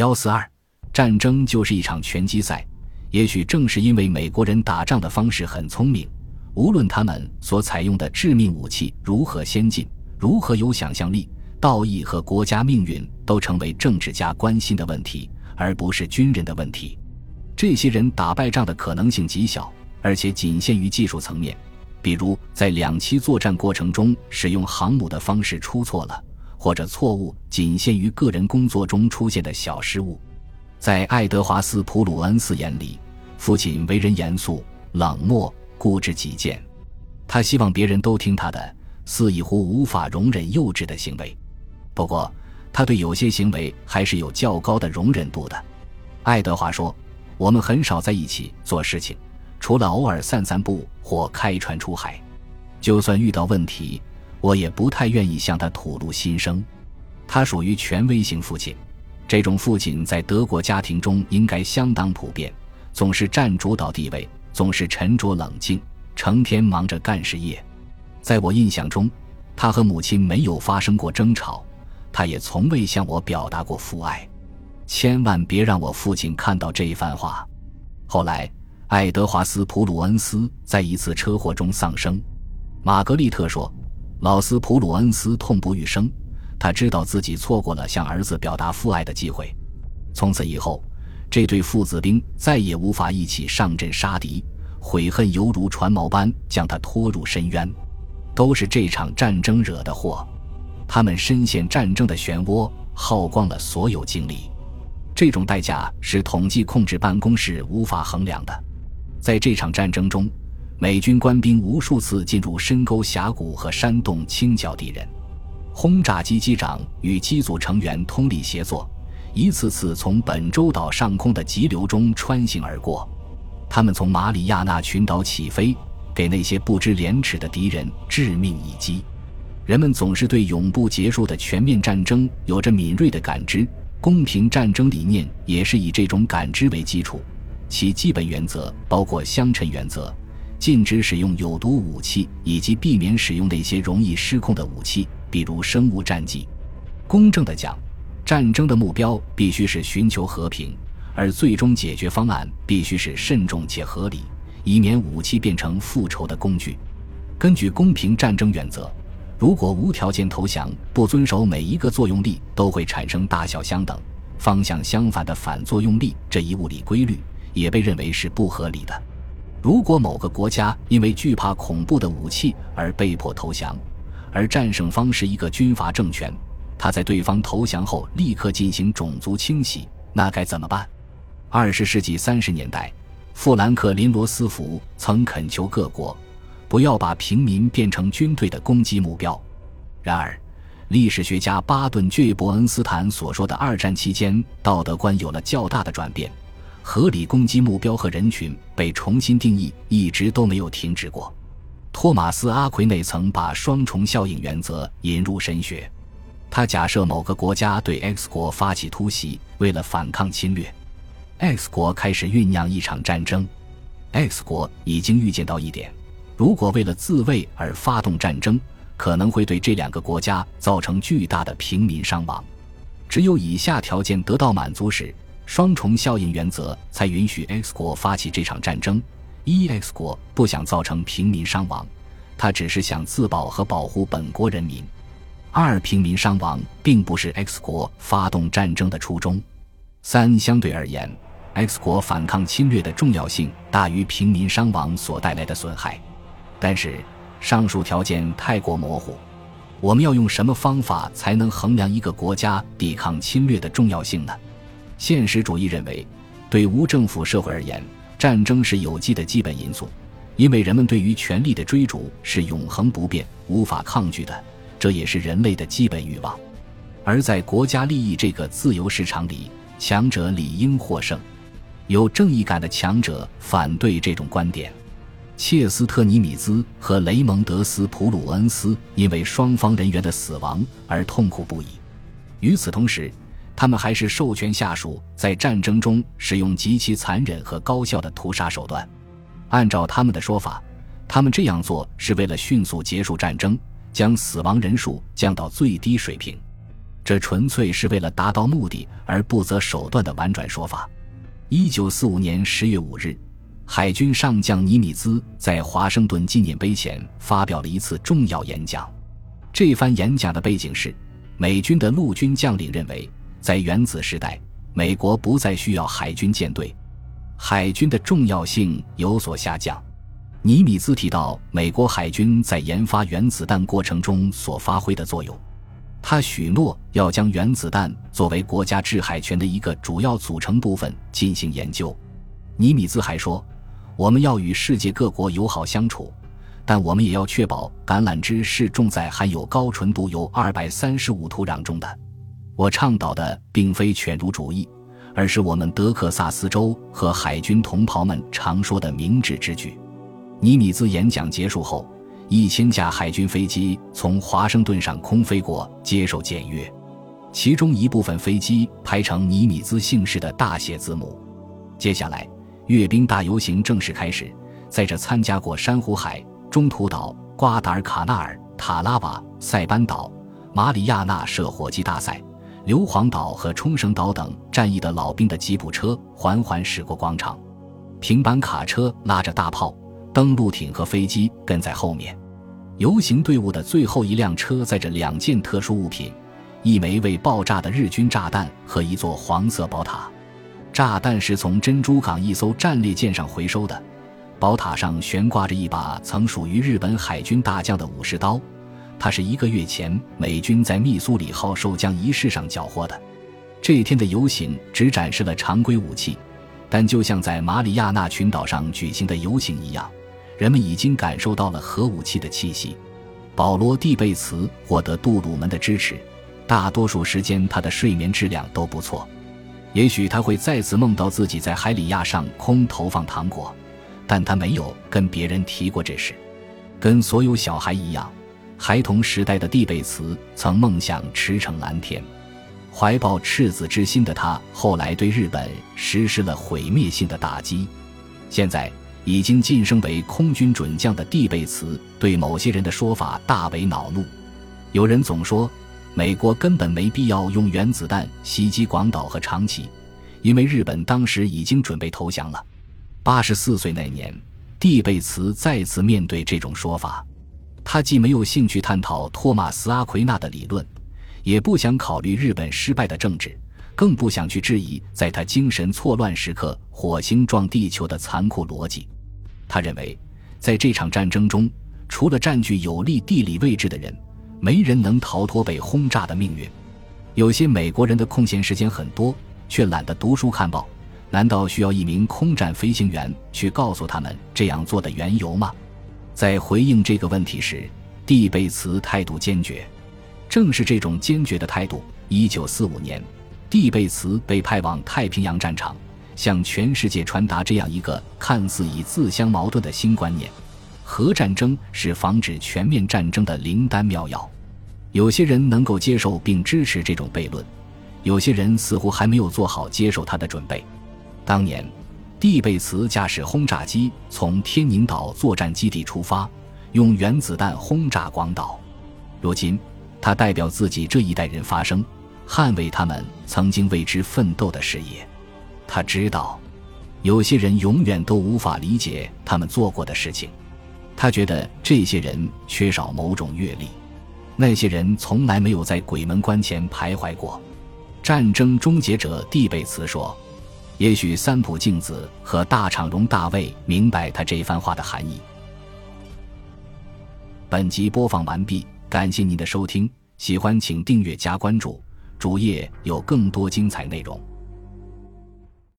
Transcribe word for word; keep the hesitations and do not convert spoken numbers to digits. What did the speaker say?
一四二，战争就是一场拳击赛。也许正是因为美国人打仗的方式很聪明，无论他们所采用的致命武器如何先进，如何有想象力，道义和国家命运都成为政治家关心的问题，而不是军人的问题。这些人打败仗的可能性极小，而且仅限于技术层面，比如在两栖作战过程中使用航母的方式出错了，或者错误仅限于个人工作中出现的小失误。在爱德华斯·普鲁恩斯眼里，父亲为人严肃、冷漠、固执己见，他希望别人都听他的，似乎无法容忍幼稚的行为。不过他对有些行为还是有较高的容忍度的。爱德华说，我们很少在一起做事情，除了偶尔散散步或开船出海。就算遇到问题，我也不太愿意向他吐露心声。他属于权威型父亲，这种父亲在德国家庭中应该相当普遍，总是占主导地位，总是沉着冷静，成天忙着干事业。在我印象中，他和母亲没有发生过争吵，他也从未向我表达过父爱。千万别让我父亲看到这一番话。后来爱德华斯·普鲁恩斯在一次车祸中丧生。玛格丽特说，老斯普鲁恩斯痛不欲生，他知道自己错过了向儿子表达父爱的机会。从此以后，这对父子兵再也无法一起上阵杀敌，悔恨犹如船锚般将他拖入深渊。都是这场战争惹的祸，他们深陷战争的漩涡，耗光了所有精力。这种代价是统计控制办公室无法衡量的。在这场战争中，美军官兵无数次进入深沟峡谷和山洞清剿敌人，轰炸机机长与机组成员通力协作，一次次从本州岛上空的急流中穿行而过。他们从马里亚纳群岛起飞，给那些不知廉耻的敌人致命一击。人们总是对永不结束的全面战争有着敏锐的感知，公平战争理念也是以这种感知为基础，其基本原则包括相称原则，禁止使用有毒武器，以及避免使用那些容易失控的武器，比如生物战剂。公正地讲，战争的目标必须是寻求和平，而最终解决方案必须是慎重且合理，以免武器变成复仇的工具。根据公平战争原则，如果无条件投降不遵守每一个作用力都会产生大小相等、方向相反的反作用力这一物理规律，也被认为是不合理的。如果某个国家因为惧怕恐怖的武器而被迫投降，而战胜方是一个军阀政权，他在对方投降后立刻进行种族清洗，那该怎么办？二十世纪三十年代，富兰克林·罗斯福曾恳求各国不要把平民变成军队的攻击目标。然而，历史学家巴顿·倔伯恩斯坦所说的二战期间道德观有了较大的转变，合理攻击目标和人群被重新定义，一直都没有停止过。托马斯·阿奎内曾把双重效应原则引入神学，他假设某个国家对 X 国发起突袭，为了反抗侵略， X 国开始酝酿一场战争。 X 国已经预见到一点，如果为了自卫而发动战争，可能会对这两个国家造成巨大的平民伤亡。只有以下条件得到满足时，双重效应原则才允许 X 国发起这场战争。一 X 国不想造成平民伤亡，他只是想自保和保护本国人民。二平民伤亡并不是 X 国发动战争的初衷。三相对而言， X 国反抗侵略的重要性大于平民伤亡所带来的损害。但是上述条件太过模糊，我们要用什么方法才能衡量一个国家抵抗侵略的重要性呢？现实主义认为，对无政府社会而言，战争是有机的基本因素，因为人们对于权力的追逐是永恒不变、无法抗拒的，这也是人类的基本欲望。而在国家利益这个自由市场里，强者理应获胜。有正义感的强者反对这种观点。切斯特尼米兹和雷蒙德斯普鲁恩斯因为双方人员的死亡而痛苦不已。与此同时，他们还是授权下属在战争中使用极其残忍和高效的屠杀手段。按照他们的说法，他们这样做是为了迅速结束战争，将死亡人数降到最低水平。 这纯粹是为了达到目的而不择手段的婉转说法。一九四五年十月五日，海军上将尼米兹在华盛顿纪念碑前发表了一次重要演讲。这番演讲的背景是，美军的陆军将领认为，在原子时代，美国不再需要海军舰队，海军的重要性有所下降。尼米兹提到美国海军在研发原子弹过程中所发挥的作用，他许诺要将原子弹作为国家制海权的一个主要组成部分进行研究。尼米兹还说，我们要与世界各国友好相处，但我们也要确保橄榄枝是种在含有高纯度铀二百三十五土壤中的。我倡导的并非犬儒主义，而是我们德克萨斯州和海军同袍们常说的明智之举。尼米兹演讲结束后，一千架海军飞机从华盛顿上空飞过接受检阅，其中一部分飞机拍成尼米兹姓氏的大写字母。接下来，阅兵大游行正式开始，在这参加过珊瑚海、中途岛、瓜达尔卡纳尔、塔拉瓦、塞班岛、马里亚纳设火鸡大赛、硫磺岛和冲绳岛等战役的老兵的吉普车缓缓驶过广场，平板卡车拉着大炮，登陆艇和飞机跟在后面。游行队伍的最后一辆车载着两件特殊物品，一枚未爆炸的日军炸弹和一座黄色宝塔。炸弹是从珍珠港一艘战列舰上回收的，宝塔上悬挂着一把曾属于日本海军大将的武士刀，它是一个月前美军在密苏里号受降仪式上缴获的。这天的游行只展示了常规武器，但就像在马里亚纳群岛上举行的游行一样，人们已经感受到了核武器的气息。保罗·蒂贝茨获得杜鲁门的支持，大多数时间他的睡眠质量都不错。也许他会再次梦到自己在海里亚上空投放糖果，但他没有跟别人提过这事。跟所有小孩一样，孩童时代的蒂贝茨曾梦想驰骋蓝天。怀抱赤子之心的他后来对日本实施了毁灭性的打击。现在已经晋升为空军准将的蒂贝茨对某些人的说法大为恼怒。有人总说美国根本没必要用原子弹袭击广岛和长崎，因为日本当时已经准备投降了。八十四岁那年，蒂贝茨再次面对这种说法，他既没有兴趣探讨托马斯·阿奎纳的理论，也不想考虑日本失败的政治，更不想去质疑在他精神错乱时刻火星撞地球的残酷逻辑。他认为，在这场战争中，除了占据有利地理位置的人，没人能逃脱被轰炸的命运。有些美国人的空闲时间很多，却懒得读书看报，难道需要一名空战飞行员去告诉他们这样做的缘由吗？在回应这个问题时，蒂贝茨态度坚决。正是这种坚决的态度，一九四五年，蒂贝茨被派往太平洋战场，向全世界传达这样一个看似已自相矛盾的新观念：核战争是防止全面战争的灵丹妙药。有些人能够接受并支持这种悖论，有些人似乎还没有做好接受它的准备。当年，蒂贝茨驾驶轰炸机从天宁岛作战基地出发，用原子弹轰炸广岛。如今，他代表自己这一代人发声，捍卫他们曾经为之奋斗的事业。他知道，有些人永远都无法理解他们做过的事情。他觉得这些人缺少某种阅历，那些人从来没有在鬼门关前徘徊过。战争终结者蒂贝茨说，也许三浦敬子和大场荣大卫明白他这番话的含义。本集播放完毕，感谢您的收听，喜欢请订阅加关注，主页有更多精彩内容。